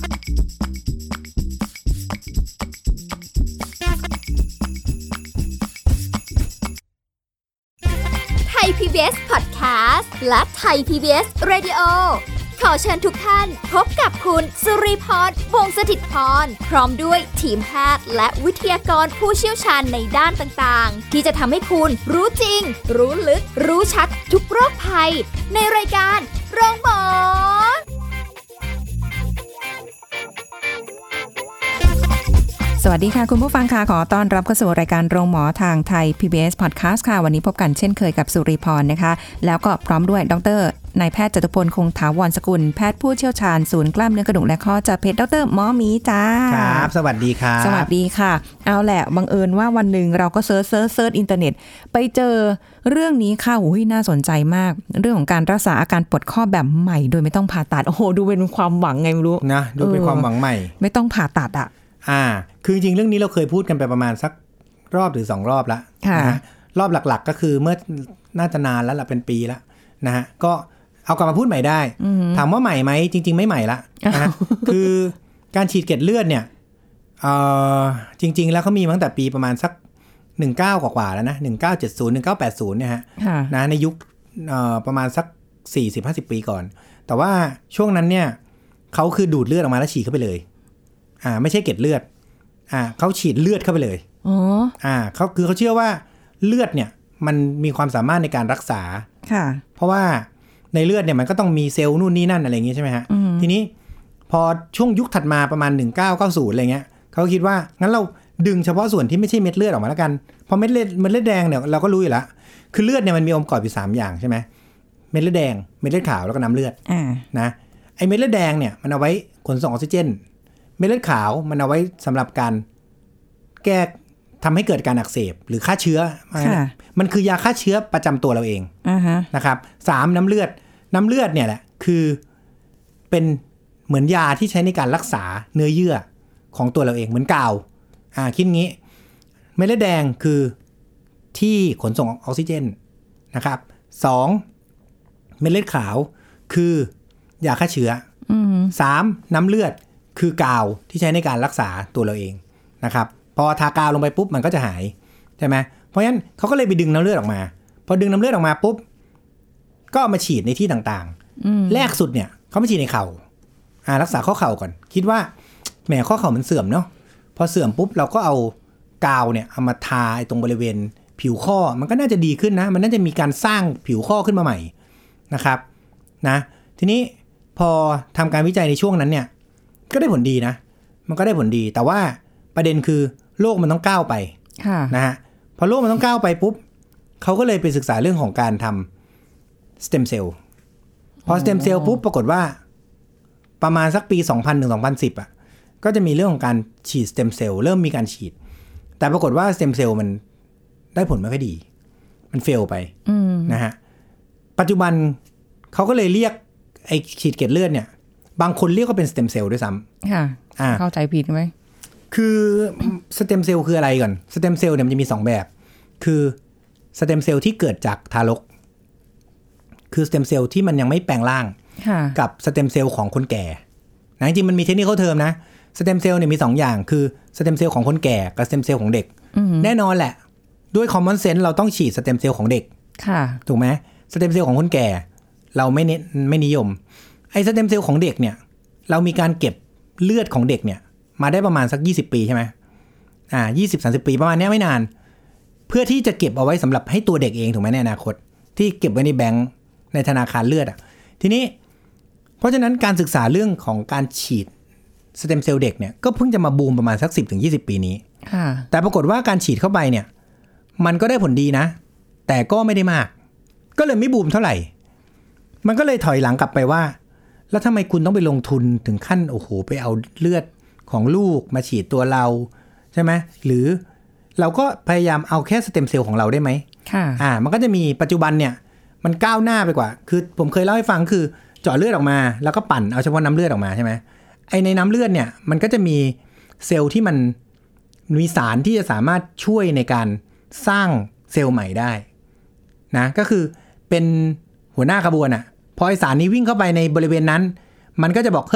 ไทย PBS Podcast และไทย PBS Radio ขอเชิญทุกท่านพบกับคุณสุริพร วงศ์สถิตย์พรพร้อมด้วยทีมแพทย์และวิทยากรผู้เชี่ยวชาญในด้านต่างๆที่จะทำให้คุณรู้จริงรู้ลึกรู้ชัดทุกโรคภัยในรายการโรงหมอสวัสดีค่ะคุณผู้ฟังค่ะขอต้อนรับเข้าสู่รายการโรงหมอทางไทย PBS Podcast ค่ะวันนี้พบกันเช่นเคยกับสุริพรนะคะแล้วก็พร้อมด้วยดร.นายแพทย์จตุพลคงถาวรสกุลแพทย์ผู้เชี่ยวชาญศูนย์กล้ามเนื้อกระดูกและข้อจากเพจดร.หมอหมีจ้าครับสวัสดีครับสวัสดีค่ะเอาแหละบังเอิญว่าวันหนึ่งเราก็เซิร์ชอินเทอร์เน็ตไปเจอเรื่องนี้ค่ะอุ้ยน่าสนใจมากเรื่องของการรักษาอาการปวดข้อแบบใหม่โดยไม่ต้องผ่าตัดโอ้โหดูเป็นความหวังไงไม่รู้นะดูเป็นความหวังใหม่ไม่ต้องผ่าตัดอ่ะคือจริงๆเรื่องนี้เราเคยพูดกันไปประมาณสักรอบหรือ2รอบแล้วนะฮะรอบหลักๆก็คือเมื่อน่าจะนานแล้วล่ะเป็นปีแล้วนะฮะก็เอากลับมาพูดใหม่ได้ถามว่าใหม่ไหมจริงๆไม่ใหม่ละนะฮะคือการฉีดเกล็ดเลือดเนี่ยจริงๆแล้วเขามีมาตั้งแต่ปีประมาณสัก19กว่าๆแล้วนะ1970 1980เนี่ยฮะนะในยุคประมาณสัก 40-50 ปีก่อนแต่ว่าช่วงนั้นเนี่ยเขาคือดูดเลือดออกมาแล้วฉีดเข้าไปเลยไม่ใช่เกล็ดเลือดเขาฉีดเลือดเข้าไปเลยเขาเชื่อว่าเลือดเนี่ยมันมีความสามารถในการรักษาเพราะว่าในเลือดเนี่ยมันก็ต้องมีเซลล์นู่นนี่นั่นอะไรอย่างงี้ใช่ไหมฮะทีนี้พอช่วงยุคถัดมาประมาณ1990อะไรเงี้ยเขาคิดว่างั้นเราดึงเฉพาะส่วนที่ไม่ใช่เม็ดเลือดออกมาแล้วกันเพราะเม็ดเลือดแดงเนี่ยเราก็รู้อยู่แล้วคือเลือดเนี่ยมันมีองค์ประกอบอยู่3อย่างใช่ไหมเม็ดเลือดแดงเม็ดเลือดขาวแล้วก็น้ำเลือดนะไอ้เม็ดเลือดแดงเนี่ยมันเอาไว้ขนส่งออกซิเจนเม็ดเลือดขาวมันเอาไว้สำหรับการแก้ทำให้เกิดการอักเสบหรือฆ่าเชื้อมันคือยาฆ่าเชื้อประจำตัวเราเองนะครับ3น้ำเลือดเนี่ยแหละคือเป็นเหมือนยาที่ใช้ในการรักษาเนื้อเยื่อของตัวเราเองเหมือนกาวคิดงี้เม็ดเลือดแดงคือที่ขนส่งออกซิเจนนะครับ2เม็ดเลือดขาวคือยาฆ่าเชื้อ3น้ำเลือดคือกาวที่ใช้ในการรักษาตัวเราเองนะครับพอทากาวลงไปปุ๊บมันก็จะหายใช่ไหมเพราะฉะนั้นเขาก็เลยไปดึงน้ำเลือดออกมาพอดึงน้ำเลือดออกมาปุ๊บก็มาฉีดในที่ต่างๆแรกสุดเนี่ยเขามาฉีดในเข่ารักษาข้อเข่าก่อนคิดว่าแหมข้อเข่ามันเสื่อมเนาะพอเสื่อมปุ๊บเราก็เอากาวเนี่ยเอามาทาตรงบริเวณผิวข้อมันก็น่าจะดีขึ้นนะมันน่าจะมีการสร้างผิวข้อขึ้นมาใหม่นะครับนะทีนี้พอทำการวิจัยในช่วงนั้นเนี่ยก็ได้ผลดีนะมันก็ได้ผลดีแต่ว่าประเด็นคือโลกมันต้องก้าวไปนะฮะพอโลกมันต้องก้าวไปปุ๊บเขาก็เลยไปศึกษาเรื่องของการทำสเต็มเซลล์พอสเต็มเซลล์ปุ๊บปรากฏว่าประมาณสักปี 2000 ถึง 2010ก็จะมีเรื่องของการฉีดสเต็มเซลล์เริ่มมีการฉีดแต่ปรากฏว่าสเต็มเซลล์มันได้ผลไม่ค่อยดีมันเฟลไปนะฮะปัจจุบันเขาก็เลยเรียกไอ้ฉีดเกล็ดเลือดเนี่ยบางคนเรียกว่าเป็นสเต็มเซลล์ด้วยซ้ำเข้าใจผิดไหมคือสเต็มเซลล์คืออะไรก่อนสเต็มเซลล์เนี่ยมันจะมี2แบบคือสเต็มเซลล์ที่เกิดจากทารกคือสเต็มเซลล์ที่มันยังไม่แปลงร่างกับสเต็มเซลล์ของคนแก่นะจริงๆมันมีเทคนิคเทอมนะสเต็มเซลล์เนี่ยมี2อย่างคือสเต็มเซลล์ของคนแก่กับสเต็มเซลล์ของเด็กแน่นอนแหละด้วยคอมมอนเซนส์เราต้องฉีดสเต็มเซลล์ของเด็กถูกไหมสเต็มเซลล์ของคนแก่เราไม่นิยมไอ้สเต็มเซลล์ของเด็กเนี่ยเรามีการเก็บเลือดของเด็กเนี่ยมาได้ประมาณสัก20 ปีใช่ไหม20-30 ปีประมาณนี้ไม่นานเพื่อที่จะเก็บเอาไว้สำหรับให้ตัวเด็กเองถูกไหมในอนาคตที่เก็บไว้ในแบงก์ในธนาคารเลือดทีนี้เพราะฉะนั้นการศึกษาเรื่องของการฉีดสเต็มเซลล์เด็กเนี่ยก็เพิ่งจะมาบูมประมาณสัก 10-20 ปีนี้แต่ปรากฏว่าการฉีดเข้าไปเนี่ยมันก็ได้ผลดีนะแต่ก็ไม่ได้มากก็เลยไม่บูมเท่าไหร่มันก็เลยถอยหลังกลับไปว่าแล้วทำไมคุณต้องไปลงทุนถึงขั้นโอ้โหไปเอาเลือดของลูกมาฉีดตัวเราใช่ไหมหรือเราก็พยายามเอาแค่สเต็มเซลล์ของเราได้ไหมมันก็จะมีปัจจุบันเนี่ยมันก้าวหน้าไปกว่าคือผมเคยเล่าให้ฟังคือเจาะเลือดออกมาแล้วก็ปั่นเอาเฉพาะน้ำเลือดออกมาใช่ไหมไอในน้ำเลือดเนี่ยมันก็จะมีเซลล์ที่มันมีสารที่จะสามารถช่วยในการสร้างเซลล์ใหม่ได้นะก็คือเป็นหัวหน้าขบวนพอไอสารนี้วิ่งเข้าไปในบริเวณนั้นมันก็จะบอกเฮ้ย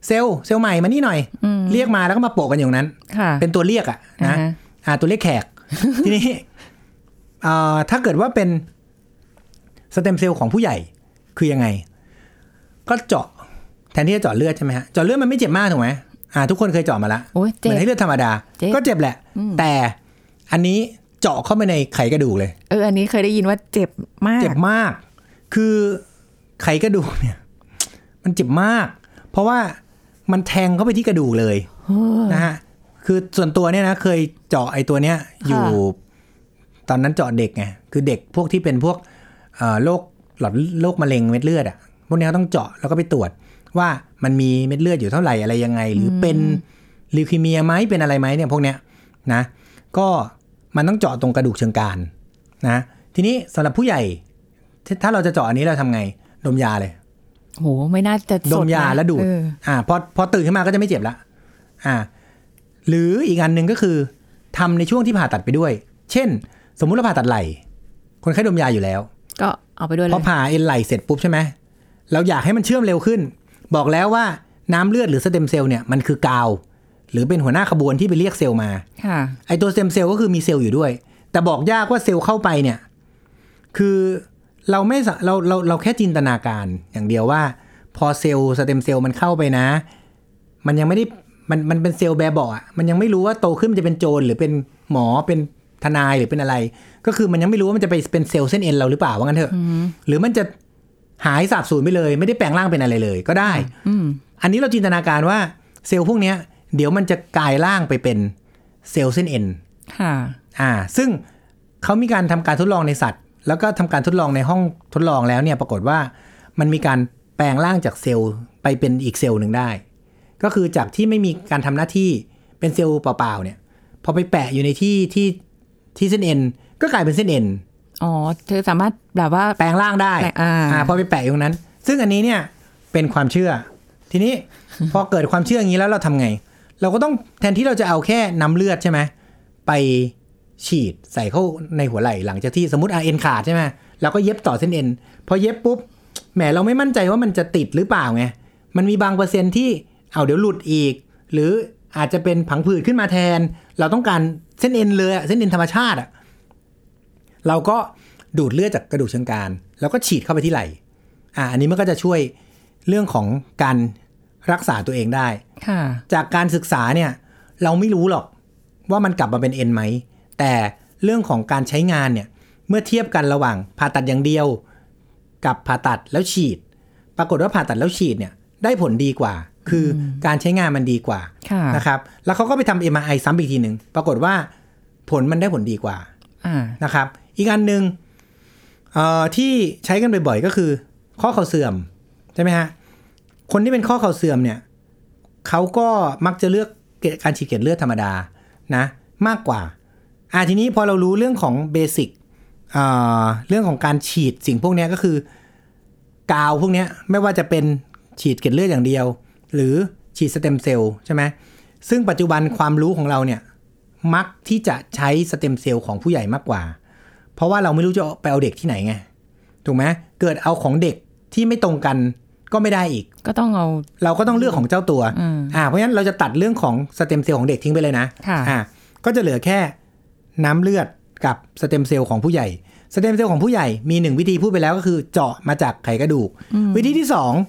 เซลล์ใหม่มานี่หน่อยเรียกมาแล้วก็มาโปะกันอย่างนั้นเป็นตัวเรียกอ่ะนะตัวเรียกแขก ทีนี้ถ้าเกิดว่าเป็นสเต็มเซลล์ของผู้ใหญ่คือยังไงก็เจาะแทนที่จะเจาะเลือดใช่ไหมฮะเจาะเลือดมันไม่เจ็บมากถูกไหมทุกคนเคยเจาะมาแล้วเหมือนให้เลือดธรรมดาก็เจ็บแหละแต่อันนี้เจาะเข้าไปในไขกระดูกเลยอันนี้เคยได้ยินว่าเจ็บมากคือไขกระดูกเนี่ยมันเจ็บมากเพราะว่ามันแทงเข้าไปที่กระดูกเลยนะฮะคือส่วนตัวเนี่ยนะเคยเจาะไอ้ตัวเนี้ยอยู่ตอนนั้นเจาะเด็กไงคือเด็กพวกที่เป็นพวกโรคหลอดโรคมะเร็งเม็ดเลือดอ่ะพวกนี้ต้องเจาะแล้วก็ไปตรวจว่ามันมีเม็ดเลือดอยู่เท่าไหร่อะไรยังไงหรือเป็นลิวคีเมียไหมเป็นอะไรไหมเนี่ยพวกเนี้ยนะก็มันต้องเจาะตรงกระดูกเชิงกรานนะทีนี้สำหรับผู้ใหญ่ถ้าเราจะเจาะอันนี้เราทำไงดมยาเลยโหไม่น่าจะดมยาแล้วดูดพอตื่นขึ้นมาก็จะไม่เจ็บละหรืออีกอันหนึ่งก็คือทำในช่วงที่ผ่าตัดไปด้วยเช่นสมมุติเราผ่าตัดไหล่คนไข้ดมยาอยู่แล้วก็เอาไปด้วยเลยพอผ่าเอ็นไหล่เสร็จปุ๊บใช่ไหมเราอยากให้มันเชื่อมเร็วขึ้นบอกแล้วว่าน้ำเลือดหรือสเต็มเซลล์เนี่ยมันคือกาวหรือเป็นหัวหน้าขบวนที่ไปเรียกเซลล์มาไอตัวสเต็มเซลล์ก็คือมีเซลล์อยู่ด้วยแต่บอกยากว่าเซลล์เข้าไปเนี่ยคือเราไม่เราแค่จินตนาการอย่างเดียวว่าพอเซลล์สเต็มเซลล์มันเข้าไปนะมันยังไม่ได้มันเป็นเซลล์แบบเบาะมันยังไม่รู้ว่าโตขึ้นมันจะเป็นโจรหรือเป็นหมอเป็นทนายหรือเป็นอะไรก็คือมันยังไม่รู้ว่ามันจะไปเป็นเซลล์เส้นเอ็นเราหรือเปล่าว่างั้นเถอะหรือมันจะหายสาบสูญไปเลยไม่ได้แปลงร่างเป็นอะไรเลยก็ได้อันนี้เราจินตนาการว่าเซลล์พวกนี้เดี๋ยวมันจะกลายร่างไปเป็นเซลล์เส้นเอ็นซึ่งเขามีการทำการทดลองในสัตว์แล้วก็ทำการทดลองในห้องทดลองแล้วเนี่ยปรากฏว่ามันมีการแปลงร่างจากเซลล์ไปเป็นอีกเซลล์หนึ่งได้ก็คือจากที่ไม่มีการทำหน้าที่เป็นเซลล์เปล่าๆเนี่ยพอไปแปะอยู่ในที่เส้นเอ็นก็กลายเป็นเส้นเอ็นเธอสามารถแบบว่าแปลงร่างได้พอไปแปะอยู่ตรงนั้นซึ่งอันนี้เนี่ยเป็นความเชื่อทีนี้ พอเกิดความเชื่ออย่างนี้แล้วเราทำไงเราก็ต้องแทนที่เราจะเอาแค่น้ำเลือดใช่ไหมไปฉีดใส่เข้าในหัวไหล่หลังจากที่สมมติเอ็นขาดใช่ไหมเราก็เย็บต่อเส้นเอ็นพอเย็บปุ๊บแหมเราไม่มั่นใจว่ามันจะติดหรือเปล่าไงมันมีบางเปอร์เซ็นต์ที่เดี๋ยวหลุดอีกหรืออาจจะเป็นผังผืดขึ้นมาแทนเราต้องการเส้นเอ็นเลยเส้นเอ็นธรรมชาติเราก็ดูดเลือดจากกระดูกเชิงกรานแล้วก็ฉีดเข้าไปที่ไหล่อันนี้มันก็จะช่วยเรื่องของการรักษาตัวเองได้จากการศึกษาเนี่ยเราไม่รู้หรอกว่ามันกลับมาเป็นเอ็นไหมแต่เรื่องของการใช้งานเนี่ยเมื่อเทียบกันระหว่างผ่าตัดอย่างเดียวกับผ่าตัดแล้วฉีดปรากฏว่าผ่าตัดแล้วฉีดเนี่ยได้ผลดีกว่าคือการใช้งานมันดีกว่านะครับแล้วเขาก็ไปทำ MRI ซ้ำอีกทีหนึ่งปรากฏว่าผลมันได้ผลดีกว่านะครับอีกอันหนึ่งที่ใช้กันบ่อยๆก็คือข้อเข่าเสื่อมใช่ไหมฮะคนที่เป็นข้อเข่าเสื่อมเนี่ยเขาก็มักจะเลือกการฉีดเกล็ดเลือดธรรมดานะมากกว่าทีนี้พอเรารู้เรื่องของเบสิกเรื่องของการฉีดสิ่งพวกนี้ก็คือกาวพวกนี้ไม่ว่าจะเป็นฉีดเกล็ดเลือดอย่างเดียวหรือฉีดสเต็มเซลล์ใช่ไหมซึ่งปัจจุบันความรู้ของเราเนี่ยมักที่จะใช้สเต็มเซลล์ของผู้ใหญ่มากกว่าเพราะว่าเราไม่รู้จะไปเอาเด็กที่ไหนไงถูกไหมเกิดเอาของเด็กที่ไม่ตรงกันก็ไม่ได้อีกก็ต้องเราก็ต้องเลือกของเจ้าตัวเพราะฉะนั้นเราจะตัดเรื่องของสเต็มเซลล์ของเด็กทิ้งไปเลยนะก็จะเหลือแค่น้ำเลือดกับสเต็มเซลล์ของผู้ใหญ่สเต็มเซลล์ของผู้ใหญ่มี1วิธีพูดไปแล้วก็คือเจาะมาจากไขกระดูกวิธีที่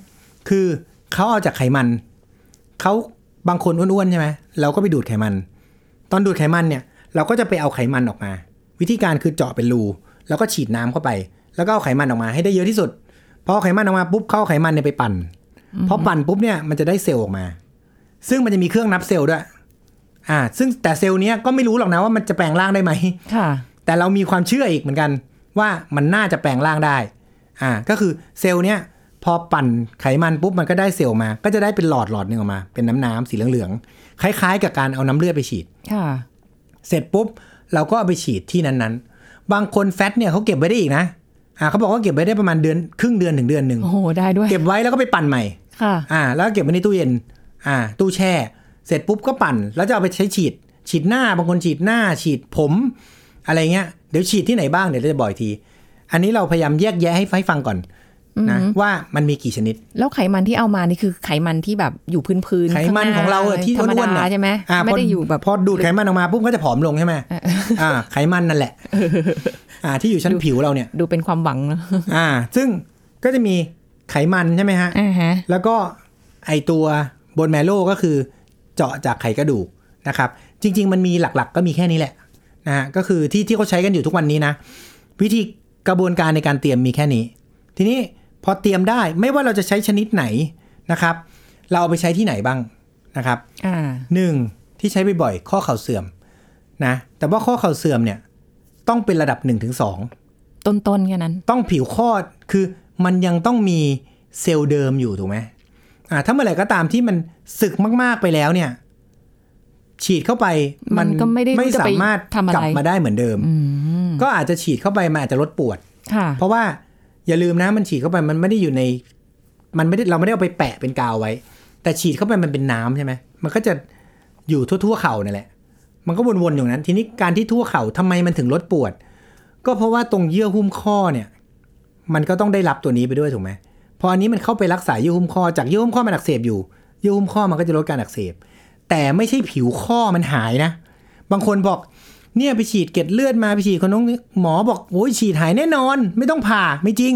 2คือเขาเอาจากไขมันเขาบางคนอ้วนๆใช่ไหมเราก็ไปดูดไขมันตอนดูดไขมันเนี่ยเราก็จะไปเอาไขมันออกมาวิธีการคือเจาะเป็นรูแล้วก็ฉีดน้ำเข้าไปแล้วก็เอาไขมันออกมาให้ได้เยอะที่สุดพอไขมันออกมาปุ๊บเข้าไขมันเนี่ยไปปั่นพอปั่นปุ๊บเนี่ยมันจะได้เซลล์ออกมาซึ่งมันจะมีเครื่องนับเซลล์ด้วยซึ่งแต่เซลล์นี้ก็ไม่รู้หรอกนะว่ามันจะแปลงร่างได้ไหมแต่เรามีความเชื่ออีกเหมือนกันว่ามันน่าจะแปลงร่างได้ก็คือเซลล์เนี้ยพอปั่นไขมันปุ๊บมันก็ได้เซลล์มาก็จะได้เป็นหลอดนึงออกมาเป็นน้ำสีเหลืองๆคล้ายๆกับการเอาน้ำเลือดไปฉีดเสร็จปุ๊บเราก็เอาไปฉีดที่นั้นๆบางคนแฟตเนี่ยเขาเก็บไว้ได้อีกนะเขาบอกว่าเก็บไว้ได้ประมาณเดือนครึ่งเดือนถึงเดือนนึงโอ้โหได้ด้วยเก็บไว้แล้วก็ไปปั่นใหม่แล้วเก็บไว้ในตู้เย็นตู้แช่เสร็จปุ๊บก็ปั่นแล้วจะเอาไปใช้ฉีดหน้าบางคนฉีดหน้าฉีดผมอะไรเงี้ยเดี๋ยวฉีดที่ไหนบ้างเดี๋ยวเราจะบอกอีกทีอันนี้เราพยายามแยกแยะให้ฟังก่อนนะว่ามันมีกี่ชนิดแล้วไขมันที่เอามานี่คือไขมันที่แบบอยู่พื้นไขมันของเราที่อ้วนๆใช่ไหมไม่ได้อยู่แบบพอดูดไขมันออกมาปุ๊บก็จะผอมลงใช่ไหมไขมันนั่นแหละที่อยู่ชั้นผิวเราเนี่ยดูเป็นความหวังนะซึ่งก็จะมีไขมันใช่ไหมฮะแล้วก็ไอตัวโบนแมโร่ก็คือเจาะจากไขกระดูกนะครับจริงๆมันมีหลักๆก็มีแค่นี้แหละนะฮะก็คือที่เขาใช้กันอยู่ทุกวันนี้นะวิธีกระบวนการในการเตรียมมีแค่นี้ทีนี้พอเตรียมได้ไม่ว่าเราจะใช้ชนิดไหนนะครับเราเอาไปใช้ที่ไหนบ้างนะครับ1ที่ใช้บ่อยๆข้อเข่าเสื่อมนะแต่ว่าข้อเข่าเสื่อมเนี่ยต้องเป็นระดับ 1-2 ต้นๆแค่นั้นต้องผิวข้อคือมันยังต้องมีเซลล์เดิมอยู่ถูกไหมถ้าเมื่อไหร่ก็ตามที่มันสึกมากๆไปแล้วเนี่ยฉีดเข้าไปมันก็ไม่สามารถกลับมาได้เหมือนเดิมก็อาจจะฉีดเข้าไปมันอาจจะลดปวดเพราะว่าอย่าลืมนะมันฉีดเข้าไปมันไม่ได้อยู่ในมันไม่ได้เราไม่ได้เอาไปแปะเป็นกาวไว้แต่ฉีดเข้าไปมันเป็นน้ำใช่ไหมมันก็จะอยู่ทั่วๆเข่านั่นแหละมันก็วนๆอยู่นั้นทีนี้การที่ทั่วเข่าทำไมมันถึงลดปวดก็เพราะว่าตรงเยื่อหุ้มข้อเนี่ยมันก็ต้องได้รับตัวนี้ไปด้วยถูกไหมพออันนี้มันเข้าไปรักษาเยื่อหุ้มข้อจากเยื่อหุ้มข้อมันอักเสบอยู่เยื่อหุ้มข้อมันก็จะลดการอักเสบแต่ไม่ใช่ผิวข้อมันหายนะบางคนบอกเนี่ยไปฉีดเกล็ดเลือดมาไปฉีดคนน้องหมอบอกโอ้ยฉีดหายแน่นอนไม่ต้องผ่าไม่จริง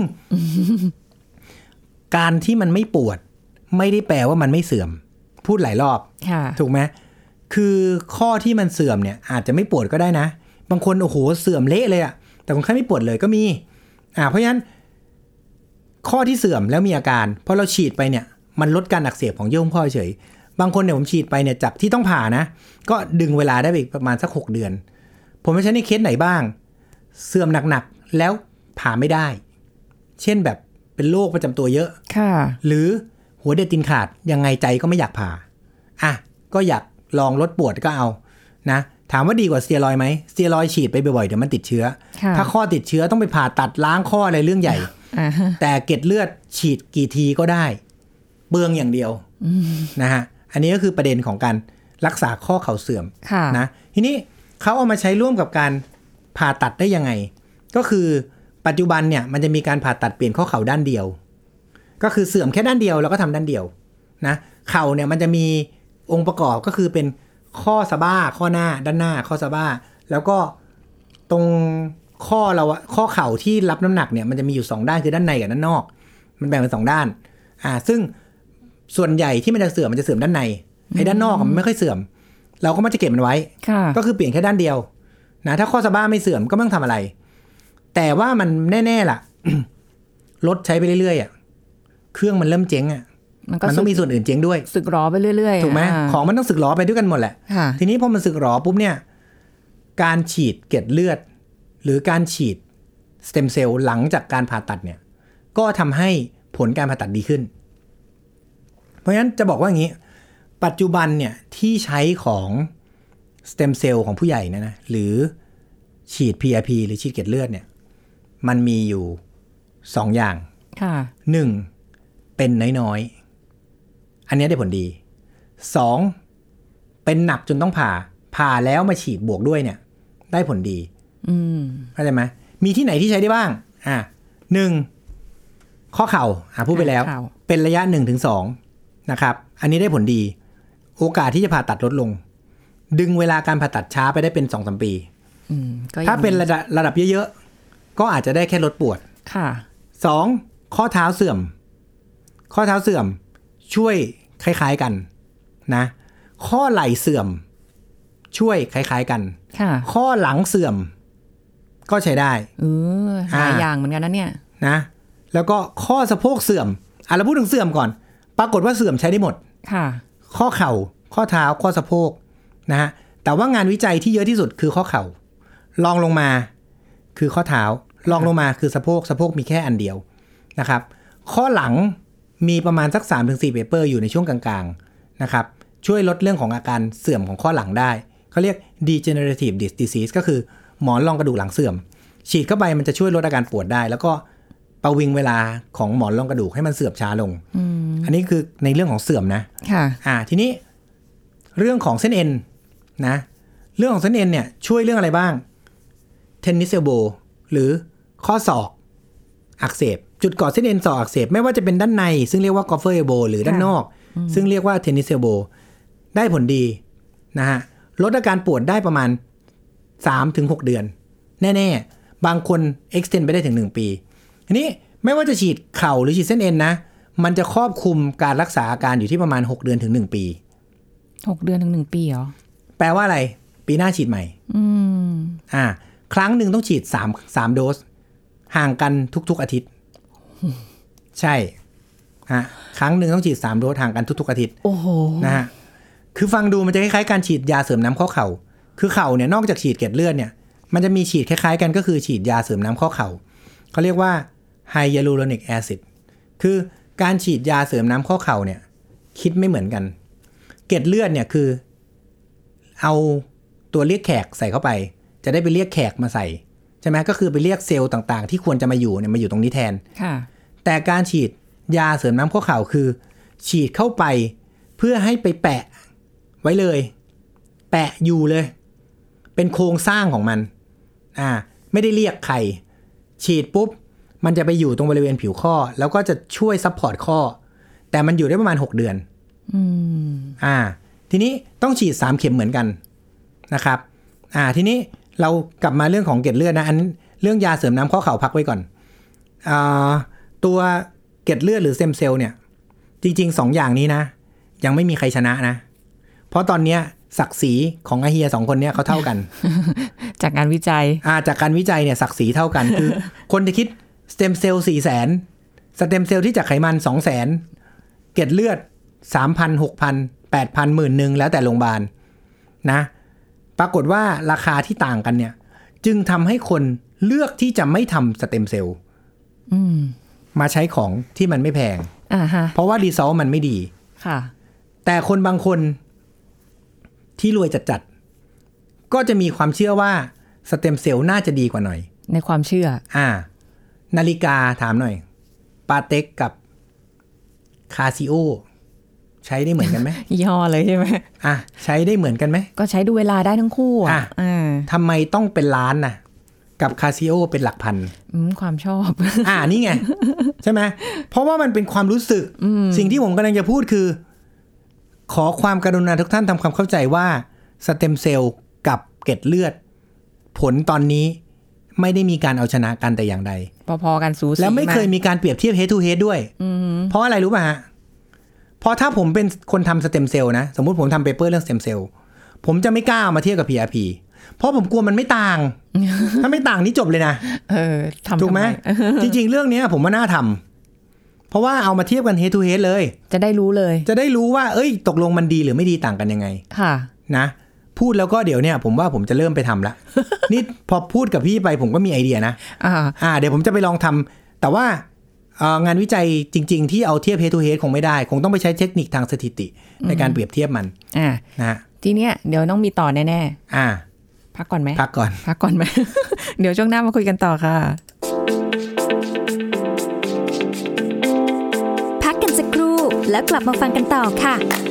การที่มันไม่ปวดไม่ได้แปลว่ามันไม่เสื่อมพูดหลายรอบถูกไหมคือข้อที่มันเสื่อมเนี่ยอาจจะไม่ปวดก็ได้นะบางคนโอ้โหเสื่อมเละเลยอะแต่คนไข้ไม่ปวดเลยก็มีเพราะฉะนั้นข้อที่เสื่อมแล้วมีอาการพอเราฉีดไปเนี่ยมันลดการอักเสบของเยื่อหุ้มข้อเฉยบางคนเนี่ยผมฉีดไปเนี่ยจากที่ต้องผ่านะก็ดึงเวลาได้อีกประมาณสัก6 เดือนผมไม่ใช่ในเคสไหนบ้างเสื่อมหนักๆแล้วผ่าไม่ได้เช่นแบบเป็นโรคประจำตัวเยอะหรือหัวเด็ดตีนขาดยังไงใจก็ไม่อยากผ่าก็อยากลองลดปวดก็เอานะถามว่าดีกว่าสเตียรอยด์ไหมสเตียรอยด์ฉีดไปบ่อยๆเดี๋ยวมันติดเชื้อถ้าข้อติดเชื้อต้องไปผ่าตัดล้างข้ออะไรเรื่องใหญ่แต่เกล็ดเลือดฉีดกี่ทีก็ได้เบืองอย่างเดียวนะฮะอันนี้ก็คือประเด็นของการรักษาข้อเข่าเสื่อมนะทีนี้เขาเอามาใช้ร่วมกับการผ่าตัดได้ยังไงก็คือปัจจุบันเนี่ยมันจะมีการผ่าตัดเปลี่ยนข้อเข่าด้านเดียวก็คือเสื่อมแค่ด้านเดียวแล้วก็ทำด้านเดียวนะเข่าเนี่ยมันจะมีองค์ประกอบก็คือเป็นข้อสะบ้าข้อหน้าด้านหน้าข้อสะบ้าแล้วก็ตรงข้อเราข้อเข่าที่รับน้ำหนักเนี่ยมันจะมีอยู่2ด้านคือด้านในกับด้านนอกมันแบ่งเป็น2ด้านซึ่งส่วนใหญ่ที่มันจะเสื่อมด้านในไอ้ด้านนอกมันไม่ค่อยเสื่อมเราก็มักจะเก็บมันไว้ก็คือเปลี่ยนแค่ด้านเดียวนะถ้าข้อสะบ้าไม่เสื่อมก็ไม่ต้องทำอะไรแต่ว่ามันแน่ๆล่ะ รถใช้ไปเรื่อยๆเครื่องมันเริ่มเจ๊งมันต้องมีส่วนอื่นเจ๊งด้วยสึกหรอไปเรื่อยๆถูกไหมของมันต้องสึกหรอไปด้วยกันหมดแหละทีนี้พอมันสึกหรอปุ๊บเนี่ยการฉีดเกล็ดเลือดหรือการฉีดสเต็มเซลล์หลังจากการผ่าตัดเนี่ยก็ทำให้ผลการผ่าตัดดีขึ้นเพราะฉะนั้นจะบอกว่าอย่างนี้ปัจจุบันเนี่ยที่ใช้ของสเต็มเซลล์ของผู้ใหญ่นะหรือฉีด PRP หรือฉีดเกล็ดเลือดเนี่ยมันมีอยู่2อย่าง1เป็นน้อยๆอันนี้ได้ผลดี2เป็นหนักจนต้องผ่าแล้วมาฉีดบวกด้วยเนี่ยได้ผลดีเข้าใจไหมมีที่ไหนที่ใช้ได้บ้าง1ข้อเข่าพูดไปแล้วเป็นระยะ 1-2 นะครับอันนี้ได้ผลดีโอกาสที่จะผ่าตัดลดลงดึงเวลาการผ่าตัดช้าไปได้เป็น 2-3 ปีถ้าเป็นระดับเยอะๆก็อาจจะได้แค่ลดปวด2ข้อเท้าเสื่อมช่วยคล้ายๆกันนะข้อไหล่เสื่อมช่วยคล้ายๆกันข้อหลังเสื่อมก็ใช้ได้หลายอย่างเหมือนกันนะเนี่ยนะแล้วก็ข้อสะโพกเสื่อมเราพูดถึงเสื่อมก่อนปรากฏว่าเสื่อมใช้ได้หมดข้อเข่าข้อเท้าข้อสะโพกนะฮะแต่ว่างานวิจัยที่เยอะที่สุดคือข้อเข่ารองลงมาคือข้อเท้ารองลงมาคือสะโพกมีแค่อันเดียวนะครับข้อหลังมีประมาณสัก 3-4 เปเปอร์อยู่ในช่วงกลางๆนะครับช่วยลดเรื่องของอาการเสื่อมของข้อหลังได้เขาเรียก degenerative disc disease ก็คือหมอนรองกระดูกหลังเสื่อมฉีดเข้าไปมันจะช่วยลดอาการปวดได้แล้วก็ประวิงเวลาของหมอนรองกระดูกให้มันเสื่อมช้าลงอันนี้คือในเรื่องของเสื่อมนะทีนี้เรื่องของเส้นเอ็นนะเรื่องของเส้นเอ็นเนี่ยช่วยเรื่องอะไรบ้างเทนนิสเอลโบหรือข้อศอกอักเสบจุดก่อเส้นเอ็นศอกอักเสบไม่ว่าจะเป็นด้านในซึ่งเรียกว่ากอล์ฟเฟอร์เอลโบหรือด้านนอกซึ่งเรียกว่าเทนนิสเอลโบได้ผลดีนะฮะลดอาการปวดได้ประมาณ 3-6 เดือนแน่ๆบางคน extend ไปได้ถึง1 ปีทีนี้ไม่ว่าจะฉีดเข่าหรือฉีดเส้นเอ็นนะมันจะครอบคลุมการรักษาอาการอยู่ที่ประมาณ6 เดือนถึง1 ปี 6 เดือนถึง1 ปีเหรอแปลว่าอะไรปีหน้าฉีดใหม่ครั้งหนึ่งต้องฉีด3โดสห่างกันทุกๆอาทิตย์ใช่ฮะครั้งหนึ่งต้องฉีด3โดสห่างกันทุกๆอาทิตย์โอ้โหนะฮะคือฟังดูมันจะคล้ายๆการฉีดยาเสริมน้ำข้อเข่าคือเข่าเนี่ยนอกจากฉีดเกล็ดเลือดเนี่ยมันจะมีฉีดคล้ายๆกันก็คือฉีดยาเสริมน้ำข้อเข่าเขาเรียกว่าไฮยาลูโรนิกแอซิดคือการฉีดยาเสริมน้ำข้อเข่าเนี่ยคิดไม่เหมือนกันเกล็ดเลือดเนี่ยคือเอาตัวเรียกแขกใส่เข้าไปจะได้ไปเรียกแขกมาใส่ใช่ไหมก็คือไปเรียกเซลล์ต่างๆที่ควรจะมาอยู่เนี่ยมาอยู่ตรงนี้แทนแต่การฉีดยาเสริมน้ำข้อเข่าคือฉีดเข้าไปเพื่อให้ไปแปะไว้เลยแปะอยู่เลยเป็นโครงสร้างของมันไม่ได้เรียกใครฉีดปุ๊บมันจะไปอยู่ตรงบริเวณผิวข้อแล้วก็จะช่วยซัพพอร์ตข้อแต่มันอยู่ได้ประมาณ6 เดือนทีนี้ต้องฉีด3 เข็มเหมือนกันนะครับทีนี้เรากลับมาเรื่องของเกล็ดเลือดนะอันเรื่องยาเสริมน้ำข้อเข่าพักไว้ก่อนตัวเกล็ดเลือดหรือสเต็มเซลล์เนี่ยจริงๆ2 อย่างนี้นะยังไม่มีใครชนะนะเพราะตอนนี้ศักดิ์ศรีของอาเฮีย2 คนนี้เขาเท่ากันจากการวิจัยจากการวิจัยเนี่ยศักดิ์ศรีเท่ากัน คือคนจะคิดสเต็มเซลล์ 400,000 สเต็มเซลล์ที่จากไขมัน 200,000 เกล็ดเลือด 3,000 6,000 8,000 10,000 แล้วแต่โรงพยาบาลนะปรากฏว่าราคาที่ต่างกันเนี่ยจึงทำให้คนเลือกที่จะไม่ทำสเต็มเซลล์มาใช้ของที่มันไม่แพงเพราะว่ารีซอลมันไม่ดีแต่คนบางคนที่รวยจัดๆก็จะมีความเชื่อว่าสเต็มเซลล์น่าจะดีกว่าหน่อยในความเชื่อนาฬิกาถามหน่อยปาเต็กกับคาซิโอใช้ได้เหมือนกันไหมย่อเลยใช่ไหมใช้ได้เหมือนกันไหมก็ใช้ดูเวลาได้ทั้งคู่ทำไมต้องเป็นล้านน่ะกับคาซิโอเป็นหลักพันความชอบนี่ไงใช่ไหมเพราะว่ามันเป็นความรู้สึกสิ่งที่ผมกำลังจะพูดคือขอความกรุณาทุกท่านทำความเข้าใจว่าสเต็มเซลล์กับเกล็ดเลือดผลตอนนี้ไม่ได้มีการเอาชนะกันแต่อย่างใดพอๆกันสูสีแล้วไม่เคยมีการเปรียบเทียบ head to head ด้วยเพราะอะไรรู้ป่ะฮะเพราะถ้าผมเป็นคนทำสเต็มเซลล์นะสมมุติผมทำเปเปอร์เรื่องสเต็มเซลล์ผมจะไม่กล้าเอามาเทียบกับ PRP เพราะผมกลัวมันไม่ต่าง ถ้าไม่ต่างนี่จบเลยนะถูกไหม จริงๆเรื่องนี้ผมว่าน่าทำเพราะว่าเอามาเทียบกัน head to head เลยจะได้รู้เลยจะได้รู้ว่าตกลงมันดีหรือไม่ดีต่างกันยังไงนะพูดแล้วก็เดี๋ยวเนี่ยผมว่าผมจะเริ่มไปทำละ นี่พอพูดกับพี่ไปผมก็มีไอเดียนะเดี๋ยวผมจะไปลองทำแต่ว่างานวิจัยจริงๆที่เอาเทียบ head to head คงไม่ได้คงต้องไปใช้เทคนิคทางสถิติในการเปรียบเทียบมันนะทีเนี้ยเดี๋ยวต้องมีต่อแน่ๆพักก่อนไหมพักก่อนไหม เดี๋ยวช่วงหน้ามาคุยกันต่อค่ะพักกันสักครู่แล้วกลับมาฟังกันต่อค่ะ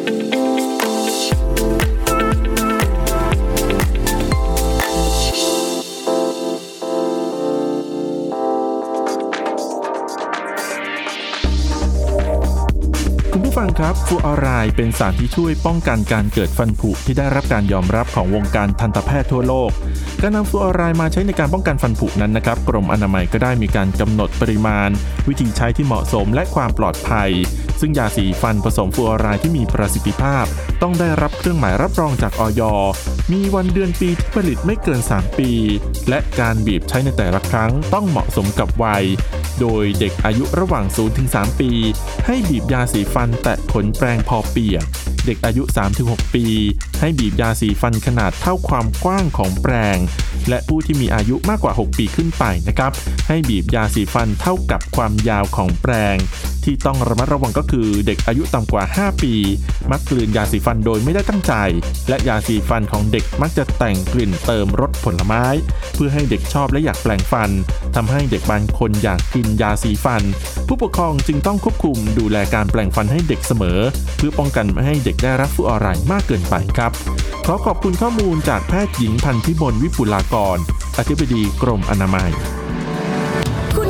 คุณผู้ฟังครับฟลูออไรด์เป็นสารที่ช่วยป้องกันการเกิดฟันผุที่ได้รับการยอมรับของวงการทันตแพทย์ทั่วโลกการนำฟลูออไรด์มาใช้ในการป้องกันฟันผุนั้นนะครับกรมอนามัยก็ได้มีการกำหนดปริมาณวิธีใช้ที่เหมาะสมและความปลอดภัยซึ่งยาสีฟันผสมฟลูออไรด์ที่มีประสิทธิภาพต้องได้รับเครื่องหมายรับรองจากอย.มีวันเดือนปีที่ผลิตไม่เกิน3 ปีและการบีบใช้ในแต่ละครั้งต้องเหมาะสมกับวัยโดยเด็กอายุระหว่าง 0-3 ปีให้บีบยาสีฟันแตะขนแปรงพอเปียกเด็กอายุ 3-6 ปีให้บีบยาสีฟันขนาดเท่าความกว้างของแปรงและผู้ที่มีอายุมากกว่า6 ปีขึ้นไปนะครับให้บีบยาสีฟันเท่ากับความยาวของแปรงที่ต้องระมัดระวังก็คือเด็กอายุต่ำกว่า5 ปีมักกลืนยาสีฟันโดยไม่ได้ตั้งใจและยาสีฟันของเด็กมักจะแต่งกลิ่นเติมรสผลไม้เพื่อให้เด็กชอบและอยากแปรงฟันทำให้เด็กบางคนอยากกินยาสีฟันผู้ปกครองจึงต้องควบคุมดูแลการแปรงฟันให้เด็กเสมอเพื่อป้องกันไม่ให้เด็กได้รับฟลูออไรด์มากเกินไปครับขอขอบคุณข้อมูลจากแพทย์หญิงพันธิมลวิปุลากรอธิบดีกรมอนามัยคุณ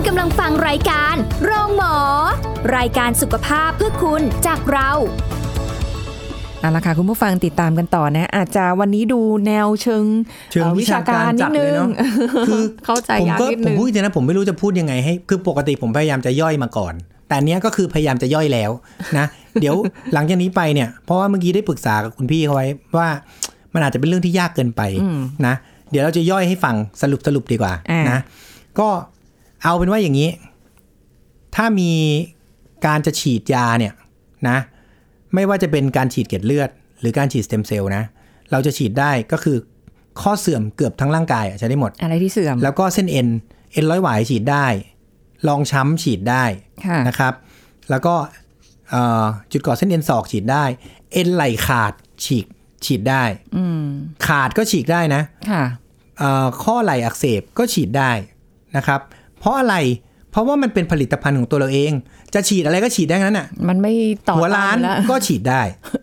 กำลังฟังรายการโรงหมอรายการสุขภาพเพื่อคุณจากเราเอาละค่ะคุณผู้ฟังติดตามกันต่อนะอาจจะวันนี้ดูแนวเชิงวิชาการนิดนึงคือเข้าใจยากนิดนึงผมพูดจริงนะผมไม่รู้จะพูดยังไงให้คือปกติผมพยายามจะย่อยมาก่อนแต่เนี้ยก็คือพยายามจะย่อยแล้วนะเดี๋ยวหลังจากนี้ไปเนี่ยเพราะว่าเมื่อกี้ได้ปรึกษากับคุณพี่เขาไว้ว่ามันอาจจะเป็นเรื่องที่ยากเกินไปนะเดี๋ยวเราจะย่อยให้ฟังสรุปดีกว่านะก็เอาเป็นว่าอย่างนี้ถ้ามีการจะฉีดยาเนี่ยนะไม่ว่าจะเป็นการฉีดเกล็ดเลือดหรือการฉีดสเต็มเซลล์นะเราจะฉีดได้ก็คือข้อเสื่อมเกือบทั้งร่างกายใช้ได้หมดอะไรที่เสื่อมแล้วก็เส้นเอ็นร้อยหวายฉีดได้รองช้ำฉีดได้นะครับแล้วก็จุดก่อเส้นเอ็นศอกฉีดได้เอ็นไหล่ขาดฉีดได้ขาดก็ฉีดได้นะข้อไหล่อักเสบก็ฉีดได้นะครับเพราะอะไรเพราะว่ามันเป็นผลิตภัณฑ์ของตัวเราเองจะฉีดอะไรก็ฉีดได้นั้นน่ะมันไม่ต่อหัวล้านก็ฉีดได้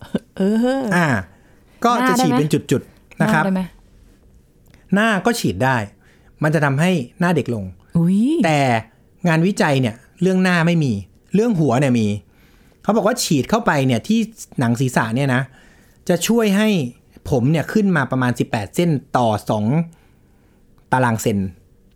ก็จะฉีดเป็นจุดๆนะครับหน้าก็ฉีดได้มันจะทำให้หน้าเด็กลงแต่งานวิจัยเนี่ยเรื่องหน้าไม่มีเรื่องหัวเนี่ยมีเขาบอกว่าฉีดเข้าไปเนี่ยที่หนังศีรษะเนี่ยนะจะช่วยให้ผมเนี่ยขึ้นมาประมาณ18เส้นต่อ2ตารางเซน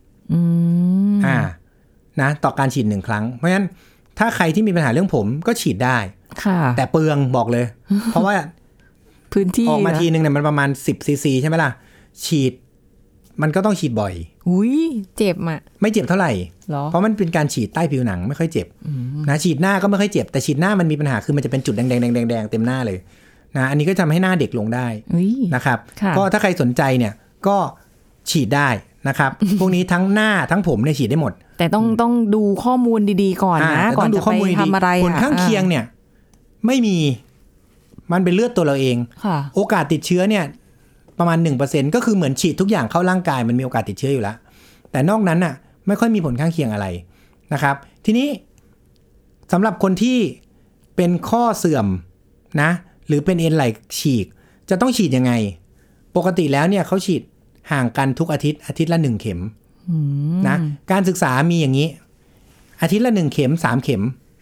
นะต่อการฉีด1ครั้งเพราะฉะนั้นถ้าใครที่มีปัญหาเรื่องผมก็ฉีดได้แต่เปลืองบอกเลย เพราะว่าพื้นที่ออกมาทีนึงเนี่ยมันประมาณ10 cc ใช่ไหมล่ะฉีดมันก็ต้องฉีดบ่อยเจ็บอ่ะไม่เจ็บเท่าไหร่เพราะมันเป็นการฉีดใต้ผิวหนังไม่ค่อยเจ็บนะฉีดหน้าก็ไม่ค่อยเจ็บแต่ฉีดหน้ามันมีปัญหาคือมันจะเป็นจุดแดงเต็มหน้าเลยนะอันนี้ก็ทำให้หน้าเด็กลงได้นะครับก็ถ้าใครสนใจเนี่ยก็ฉีดได้นะครับ พวกนี้ทั้งหน้าทั้งผมเนี่ยฉีดได้หมดแต่ต้องดูข้อมูลดีๆก่อนนะก่อนจะไปทำอะไรผลข้างเคียงเนี่ยไม่มีมันเป็นเลือดตัวเราเองโอกาสติดเชื้อเนี่ยประมาณ 1% ก็คือเหมือนฉีดทุกอย่างเข้าร่างกายมันมีโอกาสติดเชื้ออยู่แล้วแต่นอกนั้นน่ะไม่ค่อยมีผลข้างเคียงอะไรนะครับทีนี้สำหรับคนที่เป็นข้อเสื่อมนะหรือเป็นเอ็นไหล่ฉีกจะต้องฉีดยังไงปกติแล้วเนี่ยเขาฉีดห่างกันทุกอาทิตย์ละ1เข็มนะการศึกษามีอย่างนี้อาทิตย์ละ1เข็ม3เข็ม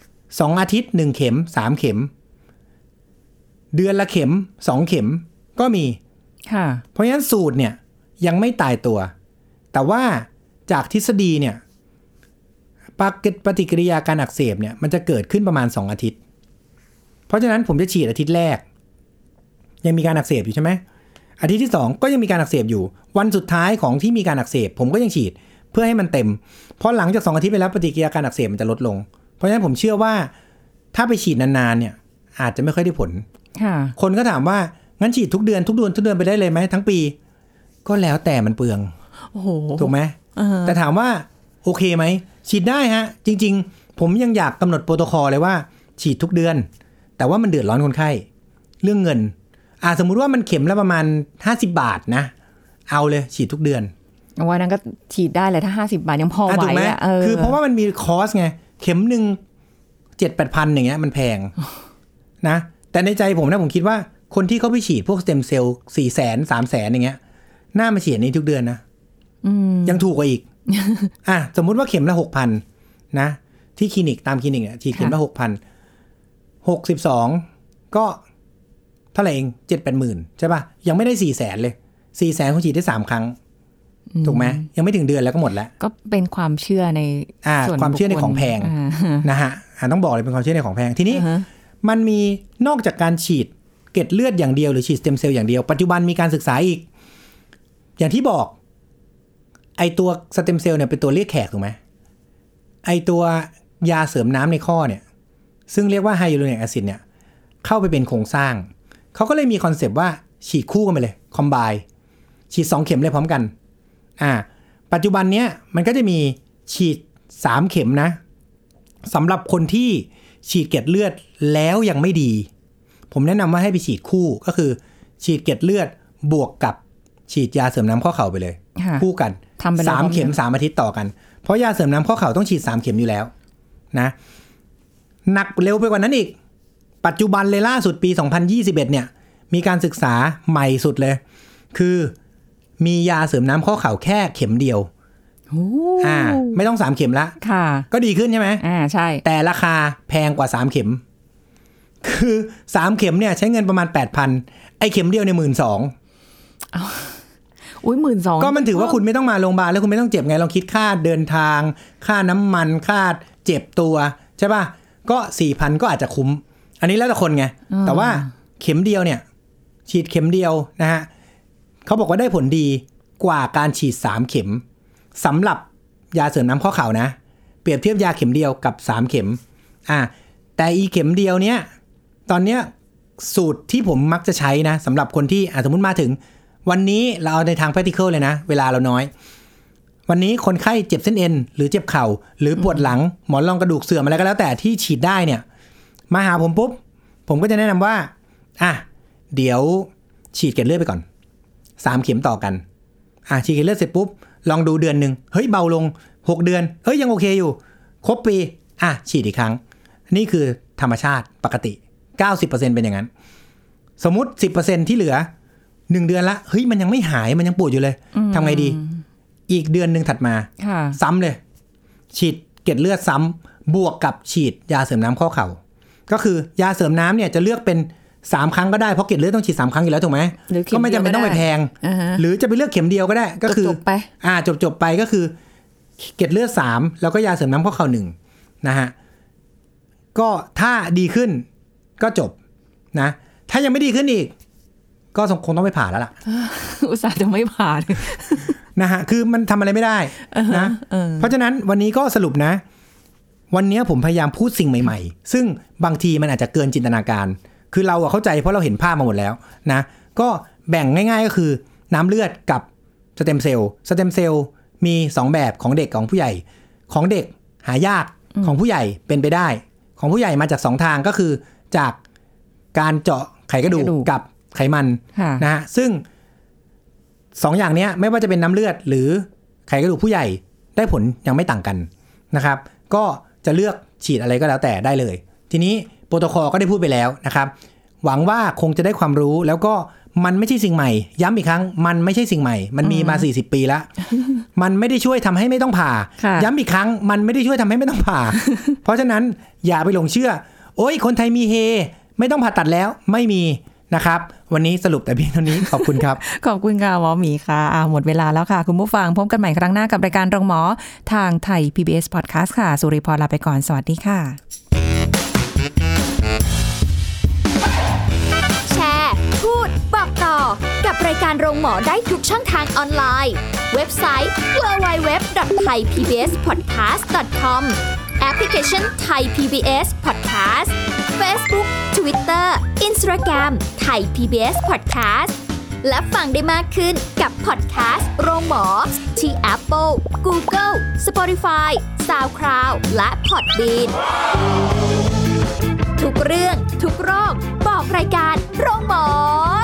2อาทิตย์1เข็ม3เข็มเดือนละเข็ม2เข็มก็มีเพราะฉะนั้นสูตรเนี่ยยังไม่ตายตัวแต่ว่าจากทฤษฎีเนี่ยปฏิกิริยาการอักเสบเนี่ยมันจะเกิดขึ้นประมาณ2อาทิตย์เพราะฉะนั้นผมจะฉีดอาทิตย์แรกยังมีการอักเสบอยู่ใช่ไหมอาทิตย์ที่2ก็ยังมีการอักเสบอยู่วันสุดท้ายของที่มีการอักเสบผมก็ยังฉีดเพื่อให้มันเต็มเพราะหลังจาก2อาทิตย์ไปแล้วปฏิกิริยาการอักเสบมันจะลดลงเพราะฉะนั้นผมเชื่อว่าถ้าไปฉีดนานๆเนี่ยอาจจะไม่ค่อยได้ผลคนก็ถามว่างั้นฉีดทุกเดือนไปได้เลยไหมทั้งปีก็แล้วแต่มันเปลืองถูกไหมแต่ถามว่าโอเคไหมฉีดได้ฮะจริงๆผมยังอยากกำหนดโปรโตคอลเลยว่าฉีดทุกเดือนแต่ว่ามันเดือดร้อนคนไข้เรื่องเงินสมมุติว่ามันเข็มละประมาณ50 บาทนะเอาเลยฉีดทุกเดือนวันนั้นก็ฉีดได้เลยถ้า50 บาทยังพอไหวอ่ะคือเพราะว่ามันมีคอสไงเข็มนึง 7-8 พันอย่างเงี้ยมันแพงนะแต่ในใจผมนะผมคิดว่าคนที่เขาไปฉีดพวกสเต็มเซลล์ 400,000 300,000 อย่างเงี้ยน่ามาฉีดนี้ทุกเดือนนะยังถูกกว่าอีก สมมุติว่าเข็มละ 6,000 นะที่คลินิกตามคลินิกเนี่ยฉีดเข็มละ 6,000 62ก็เท่าไหร่เอง 7-8 หมื่นใช่ป่ะยังไม่ได้ 400,000 เลย 400,000 เขาฉีดได้3ครั้งถูกไหมยังไม่ถึงเดือนแล้วก็หมดแล้วก็เป็นความเชื่อในส่วนความเชื่อในของแพงนะฮะต้องบอกเลยเป็นความเชื่อในของแพงทีนี้มันมีนอกจากการฉีดเกล็ดเลือดอย่างเดียวหรือฉีดสเต็มเซลล์อย่างเดียวปัจจุบันมีการศึกษาอีกอย่างที่บอกไอตัวสเต็มเซลล์เนี่ยเป็นตัวเรียกแขกถูกไหมไอตัวยาเสริมน้ำในข้อเนี่ยซึ่งเรียกว่าไฮยูโรนิกแอซิดเนี่ยเข้าไปเป็นโครงสร้างเขาก็เลยมีคอนเซปต์ว่าฉีดคู่กันไปเลยคอมไบน์ฉีด2เข็มเลยพร้อมกันปัจจุบันเนี้ยมันก็จะมีฉีด3เข็มนะสำหรับคนที่ฉีดเกล็ดเลือดแล้วยังไม่ดีผมแนะนำว่าให้ไปฉีดคู่ก็คือฉีดเกล็ดเลือดบวกกับฉีดยาเสริมน้ำข้อเข่าไปเลยคู่กัน3เข็ม3อาทิตย์ต่อกันเพราะยาเสริมน้ำข้อเข่าต้องฉีด3เข็มอยู่แล้วนะหนักเร็วไปกว่านั้นอีกปัจจุบันเลยล่าสุดปี2021เนี่ยมีการศึกษาใหม่สุดเลยคือมียาเสริมน้ำข้อเข่าแค่เข็มเดียวไม่ต้อง3เข็มละก็ดีขึ้นใช่ไหมใช่แต่ราคาแพงกว่า3เข็มคือ3เข็มเนี่ยใช้เงินประมาณ 8,000 ไอ้เข็มเดียวเนี่ย 12,000 12,000 ก็มันถือว่าคุณไม่ต้องมาโรงพยาบาลแล้วคุณไม่ต้องเจ็บไงลองคิดค่าเดินทางค่าน้ำมันค่าเจ็บตัวใช่ป่ะก็ 4,000 ก็อาจจะคุ้มอันนี้แล้วแต่คนไงแต่ว่าเข็มเดียวเนี่ยฉีดเข็มเดียวนะฮะเขาบอกว่าได้ผลดีกว่าการฉีด3เข็มสำหรับยาเสริมน้ำข้อเข่านะเปรียบเทียบยาเข็มเดียวกับ3เข็มแต่อีเข็มเดียวเนี้ยตอนเนี้ยสูตรที่ผมมักจะใช้นะสำหรับคนที่สมมุติมาถึงวันนี้เราเอาในทาง practical เลยนะเวลาเราน้อยวันนี้คนไข้เจ็บเส้นเอ็นหรือเจ็บเข่าหรือปวดหลังหมอนรองกระดูกเสื่อมอะไรก็แล้วแต่ที่ฉีดได้เนี่ยมาหาผมปุ๊บผมก็จะแนะนำว่าเดี๋ยวฉีดเกล็ดเลือดไปก่อน3เข็มต่อกันฉีดเกล็ดเลือดเสร็จปุ๊บลองดูเดือนนึงเฮ้ยเบาลง6เดือนเฮ้ยยังโอเคอยู่ครบปีฉีดอีกครั้งนี่คือธรรมชาติปกติ 90% เป็นอย่างนั้นสมมุติ 10% ที่เหลือ1เดือนละเฮ้ยมันยังไม่หายมันยังปวดอยู่เลยทำไงดีอีกเดือนนึงถัดมาซ้ำเลยฉีดเกล็ดเลือดซ้ำบวกกับฉีดยาเสริมน้ำข้อเข่าก็คือยาเสริมน้ำเนี่ยจะเลือกเป็น3ครั้งก็ได้เพราะเกล็ดเลือดต้องฉีด3ครั้งอยู่แล้วถูกไหมก็ไม่จำเป็นต้องไปแพงหรือจะไปเลือกเข็มเดียวก็ได้ก็คือจบไปจบไปก็คือเกล็ดเลือด3แล้วก็ยาเสริมน้ำข้อเข่า1นะฮะก็ถ้าดีขึ้นก็จบนะถ้ายังไม่ดีขึ้นอีกก็คงต้องไปผ่าแล้วล่ะอุตส่าห์จะไม่ผ่านะฮะคือมันทำอะไรไม่ได้นะเพราะฉะนั้นวันนี้ก็สรุปนะวันนี้ผมพยายามพูดสิ่งใหม่ๆซึ่งบางทีมันอาจจะเกินจินตนาการคือเราเข้าใจเพราะเราเห็นภาพมาหมดแล้วนะก็แบ่งง่ายๆก็คือน้ำเลือดกับสเต็มเซลล์มี2แบบของเด็กของผู้ใหญ่ของเด็กหายากของผู้ใหญ่เป็นไปได้ของผู้ใหญ่มาจาก2ทางก็คือจากการเจาะไขกระดูกกับไขมันนะฮะซึ่ง2อย่างนี้ไม่ว่าจะเป็นน้ำเลือดหรือไขกระดูกผู้ใหญ่ได้ผลยังไม่ต่างกันนะครับก็จะเลือกฉีดอะไรก็แล้วแต่ได้เลยทีนี้โปรโตคอลก็ได้พูดไปแล้วนะครับหวังว่าคงจะได้ความรู้แล้วก็มันไม่ใช่สิ่งใหม่ย้ำอีกครั้งมันไม่ใช่สิ่งใหม่มันมีมา40ปีแล้วมันไม่ได้ช่วยทำให้ไม่ต้องผ่าย้ำอีกครั้งมันไม่ได้ช่วยทำให้ไม่ต้องผ่าเพราะฉะนั้นอย่าไปหลงเชื่อโอ๊ยคนไทยมีเฮไม่ต้องผ่าตัดแล้วไม่มีนะครับวันนี้สรุปแต่เพียงเท่านี้ขอบคุณครับขอบคุณค่ะหมอหมีค่ะหมดเวลาแล้วค่ะคุณผู้ฟังพบกันใหม่ครั้งหน้ากับรายการโรงหมอทางไทย PBS Podcast ค่ะสุริพรลาไปก่อนสวัสดีค่ะแชร์พูดบอกต่อกับรายการโรงหมอได้ทุกช่องทางออนไลน์เว็บไซต์ www.thaipbspodcast.com แอปพลิเคชัน Thai PBS Podcast Facebook Twitter Instagram Thai PBS Podcast และฟังได้มากขึ้นกับพอดแคสต์โรงหมอที่ Apple, Google, Spotify, SoundCloud และ Podbean ทุกเรื่องทุกโรคบอกรายการโรงหมอ